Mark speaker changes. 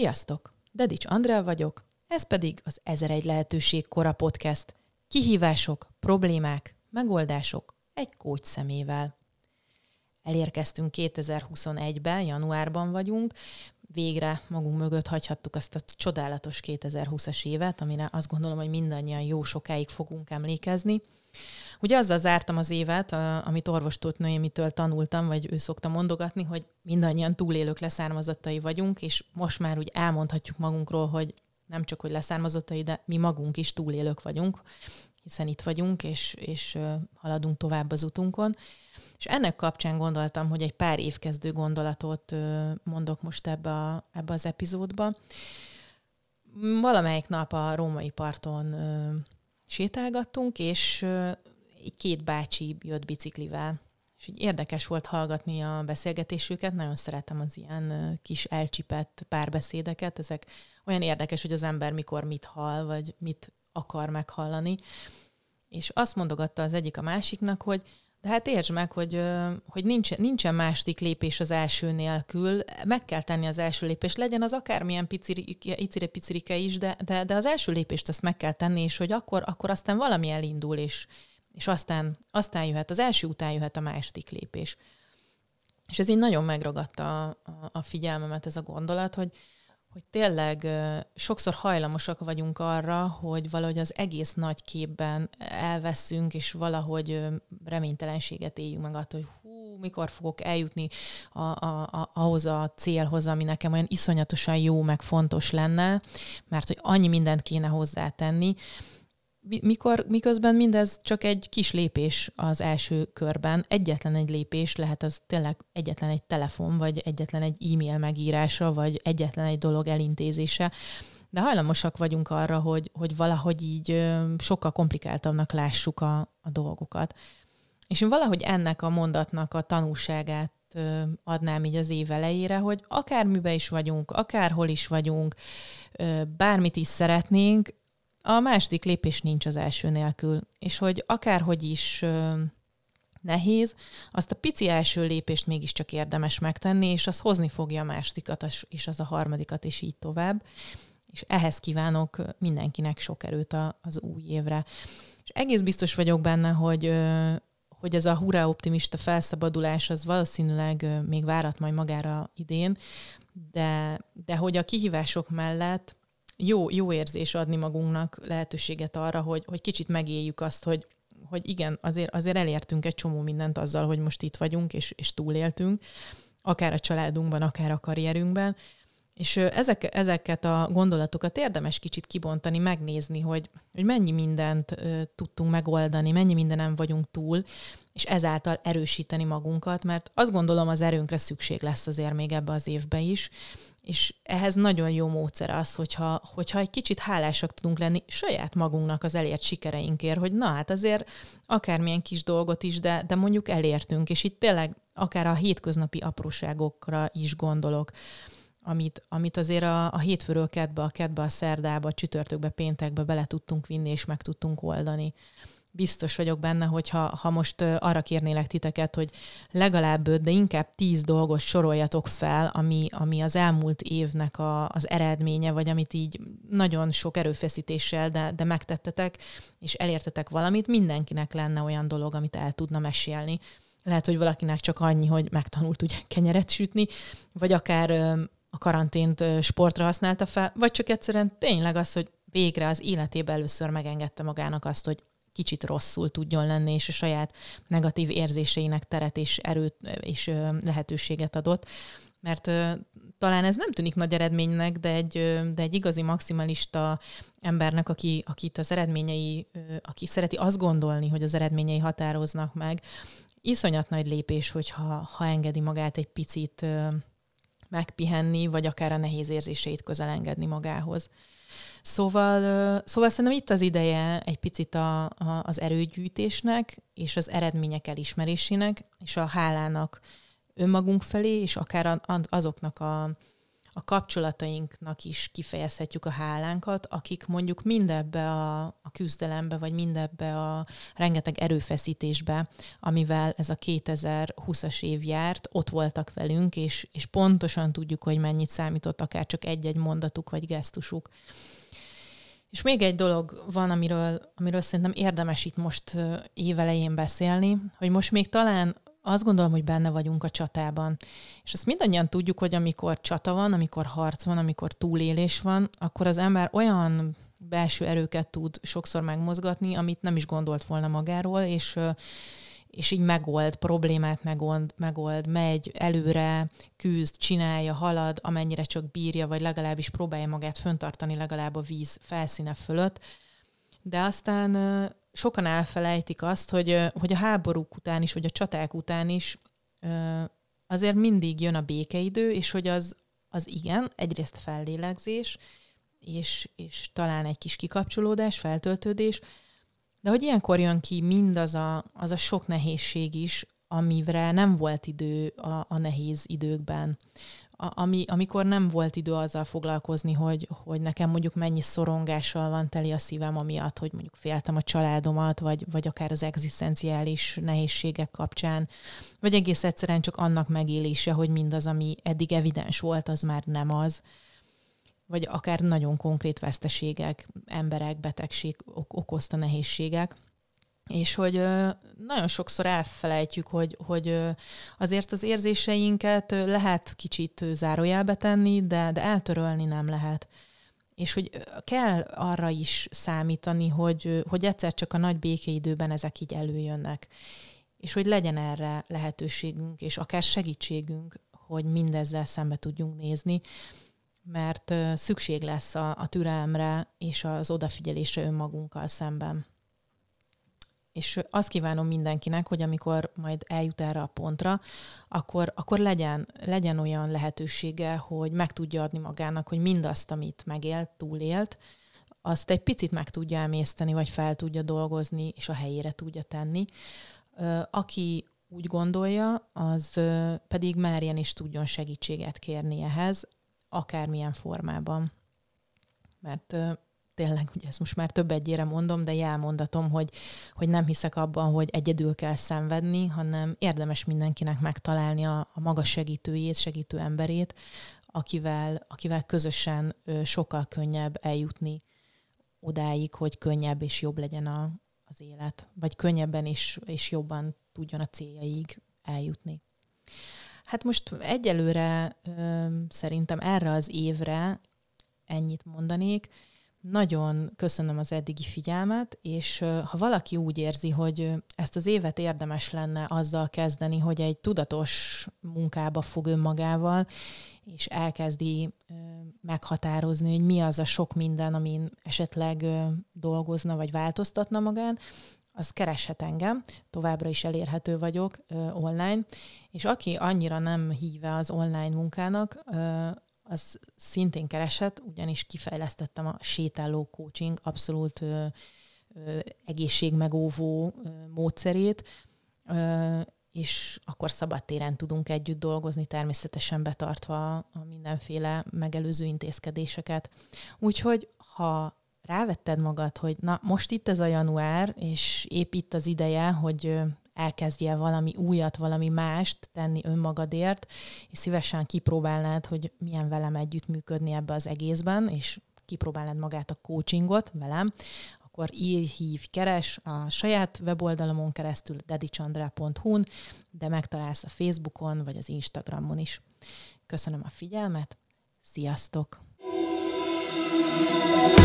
Speaker 1: Sziasztok! Dedics Andrea vagyok, ez pedig az 1001 lehetőség kora podcast. Kihívások, problémák, megoldások egy coach szemével. Elérkeztünk 2021-ben, januárban vagyunk, végre magunk mögött hagyhattuk azt a csodálatos 2020-as évet, amire azt gondolom, hogy mindannyian jó sokáig fogunk emlékezni. Ugye azzal zártam az évet, amit orvostót Noémitől tanultam, vagy ő szokta mondogatni, hogy mindannyian túlélők leszármazottai vagyunk, és most már úgy elmondhatjuk magunkról, hogy nem csak, hogy leszármazottai, de mi magunk is túlélők vagyunk, hiszen itt vagyunk, és haladunk tovább az utunkon. És ennek kapcsán gondoltam, hogy egy pár évkezdő gondolatot mondok most ebbe az epizódba. Valamelyik nap a római parton sétálgattunk, és két bácsi jött biciklivel. És így érdekes volt hallgatni a beszélgetésüket, nagyon szeretem az ilyen kis elcsipett párbeszédeket, ezek olyan érdekes, hogy az ember mikor mit hall, vagy mit akar meghallani. És azt mondogatta az egyik a másiknak, hogy de hát értsd meg, hogy nincsen második lépés az első nélkül, meg kell tenni az első lépést, legyen az akármilyen icire-picirike is, de az első lépést azt meg kell tenni, és hogy akkor aztán valami elindul, és aztán jöhet, az első után jöhet a második lépés. És ez így nagyon megragadta a figyelmemet ez a gondolat, hogy tényleg sokszor hajlamosak vagyunk arra, hogy valahogy az egész nagy képben elveszünk, és valahogy reménytelenséget éljünk meg attól, hogy mikor fogok eljutni ahhoz a célhoz, ami nekem olyan iszonyatosan jó, meg fontos lenne, mert hogy annyi mindent kéne hozzátenni, miközben mindez csak egy kis lépés az első körben, egyetlen egy lépés, lehet az tényleg egyetlen egy telefon, vagy egyetlen egy e-mail megírása, vagy egyetlen egy dolog elintézése, de hajlamosak vagyunk arra, hogy valahogy így sokkal komplikáltabbnak lássuk a dolgokat. És én valahogy ennek a mondatnak a tanúságát adnám így az év elejére, hogy akármiben is vagyunk, akárhol is vagyunk, bármit is szeretnénk, a második lépés nincs az első nélkül, és hogy akárhogy is nehéz, azt a pici első lépést mégiscsak érdemes megtenni, és az hozni fogja a másodikat, és az a harmadikat, és így tovább. És ehhez kívánok mindenkinek sok erőt az új évre. És egész biztos vagyok benne, hogy ez a hurrá optimista felszabadulás az valószínűleg még várat majd magára idén, de hogy a kihívások mellett jó érzés adni magunknak lehetőséget arra, hogy kicsit megéljük azt, hogy igen, azért elértünk egy csomó mindent azzal, hogy most itt vagyunk, és túléltünk, akár a családunkban, akár a karrierünkben, és ezeket a gondolatokat érdemes kicsit kibontani, megnézni, hogy mennyi mindent tudtunk megoldani, mennyi mindenen vagyunk túl, és ezáltal erősíteni magunkat, mert azt gondolom, az erőnkre szükség lesz azért még ebbe az évbe is, és ehhez nagyon jó módszer az, hogyha egy kicsit hálásak tudunk lenni saját magunknak az elért sikereinkért, hogy na hát azért akármilyen kis dolgot is, de mondjuk elértünk, és itt tényleg akár a hétköznapi apróságokra is gondolok, amit azért a hétfőről kedbe a szerdába, a csütörtökbe, péntekbe bele tudtunk vinni, és meg tudtunk oldani. Biztos vagyok benne, hogy ha most arra kérnélek titeket, hogy legalább 5, de inkább 10 dolgot soroljatok fel, ami az elmúlt évnek az eredménye, vagy amit így nagyon sok erőfeszítéssel, de megtettetek, és elértetek valamit, mindenkinek lenne olyan dolog, amit el tudna mesélni. Lehet, hogy valakinek csak annyi, hogy megtanult ugye kenyeret sütni, vagy akár a karantént sportra használta fel, vagy csak egyszerűen tényleg az, hogy végre az életében először megengedte magának azt, hogy kicsit rosszul tudjon lenni, és a saját negatív érzéseinek teret és erőt és lehetőséget adott. Mert talán ez nem tűnik nagy eredménynek, de egy igazi maximalista embernek, akit az eredményei, aki szereti azt gondolni, hogy az eredményei határoznak meg, iszonyat nagy lépés, hogyha engedi magát egy picit megpihenni, vagy akár a nehéz érzéseit közel engedni magához. Szóval szerintem itt az ideje egy picit az erőgyűjtésnek, és az eredmények elismerésének, és a hálának önmagunk felé, és akár azoknak a kapcsolatainknak is kifejezhetjük a hálánkat, akik mondjuk mindebbe a küzdelembe, vagy mindebbe a rengeteg erőfeszítésbe, amivel ez a 2020-as év járt, ott voltak velünk, és pontosan tudjuk, hogy mennyit számított akár csak egy-egy mondatuk, vagy gesztusuk. És még egy dolog van, amiről szerintem érdemes itt most évelején beszélni, hogy most még talán azt gondolom, hogy benne vagyunk a csatában. És azt mindannyian tudjuk, hogy amikor csata van, amikor harc van, amikor túlélés van, akkor az ember olyan belső erőket tud sokszor megmozgatni, amit nem is gondolt volna magáról, és így megold, problémát megold, megy előre, küzd, csinálja, halad, amennyire csak bírja, vagy legalábbis próbálja magát föntartani legalább a víz felszíne fölött. De aztán sokan elfelejtik azt, hogy a háborúk után is, vagy a csaták után is azért mindig jön a békeidő, és hogy az igen, egyrészt fellélegzés, és talán egy kis kikapcsolódás, feltöltődés, de hogy ilyenkor jön ki mindaz az a sok nehézség is, amire nem volt idő a nehéz időkben. Amikor nem volt idő azzal foglalkozni, hogy nekem mondjuk mennyi szorongással van teli a szívem amiatt, hogy mondjuk féltem a családomat, vagy akár az egzisztenciális nehézségek kapcsán, vagy egész egyszerűen csak annak megélése, hogy mindaz, ami eddig evidens volt, az már nem az. Vagy akár nagyon konkrét veszteségek, emberek, betegség okozta nehézségek. És hogy nagyon sokszor elfelejtjük, hogy azért az érzéseinket lehet kicsit zárójelbe tenni, de eltörölni nem lehet. És hogy kell arra is számítani, hogy egyszer csak a nagy békeidőben ezek így előjönnek. És hogy legyen erre lehetőségünk, és akár segítségünk, hogy mindezzel szembe tudjunk nézni, mert szükség lesz a türelemre és az odafigyelésre önmagunkkal szemben. És azt kívánom mindenkinek, hogy amikor majd eljut erre a pontra, akkor legyen olyan lehetősége, hogy meg tudja adni magának, hogy mindazt, amit megélt, túlélt, azt egy picit meg tudja emészteni, vagy fel tudja dolgozni, és a helyére tudja tenni. Aki úgy gondolja, az pedig merjen és tudjon segítséget kérni ehhez, akármilyen formában. Mert tényleg, ugye ezt most már több egyére mondom, de jelmondatom, hogy nem hiszek abban, hogy egyedül kell szenvedni, hanem érdemes mindenkinek megtalálni a maga segítőjét, segítő emberét, akivel közösen sokkal könnyebb eljutni odáig, hogy könnyebb és jobb legyen az élet, vagy könnyebben és jobban tudjon a céljaig eljutni. Hát most egyelőre szerintem erre az évre ennyit mondanék. Nagyon köszönöm az eddigi figyelmet, és ha valaki úgy érzi, hogy ezt az évet érdemes lenne azzal kezdeni, hogy egy tudatos munkába fog önmagával, és elkezdi meghatározni, hogy mi az a sok minden, amin esetleg dolgozna, vagy változtatna magán, az kereshet engem, továbbra is elérhető vagyok online, és aki annyira nem híve az online munkának, az szintén keresett, ugyanis kifejlesztettem a sétáló coaching abszolút egészségmegóvó módszerét, és akkor szabadtéren tudunk együtt dolgozni, természetesen betartva a mindenféle megelőző intézkedéseket. Úgyhogy, ha rávetted magad, hogy na, most itt ez a január, és épp itt az ideje, hogy elkezdjél valami újat, valami mást tenni önmagadért, és szívesen kipróbálnád, hogy milyen velem együttműködni ebbe az egészben, és kipróbálnád magát a coachingot velem, akkor írj, hívj, keres a saját weboldalamon keresztül, dedichandra.hu-n, de megtalálsz a Facebookon, vagy az Instagramon is. Köszönöm a figyelmet, sziasztok!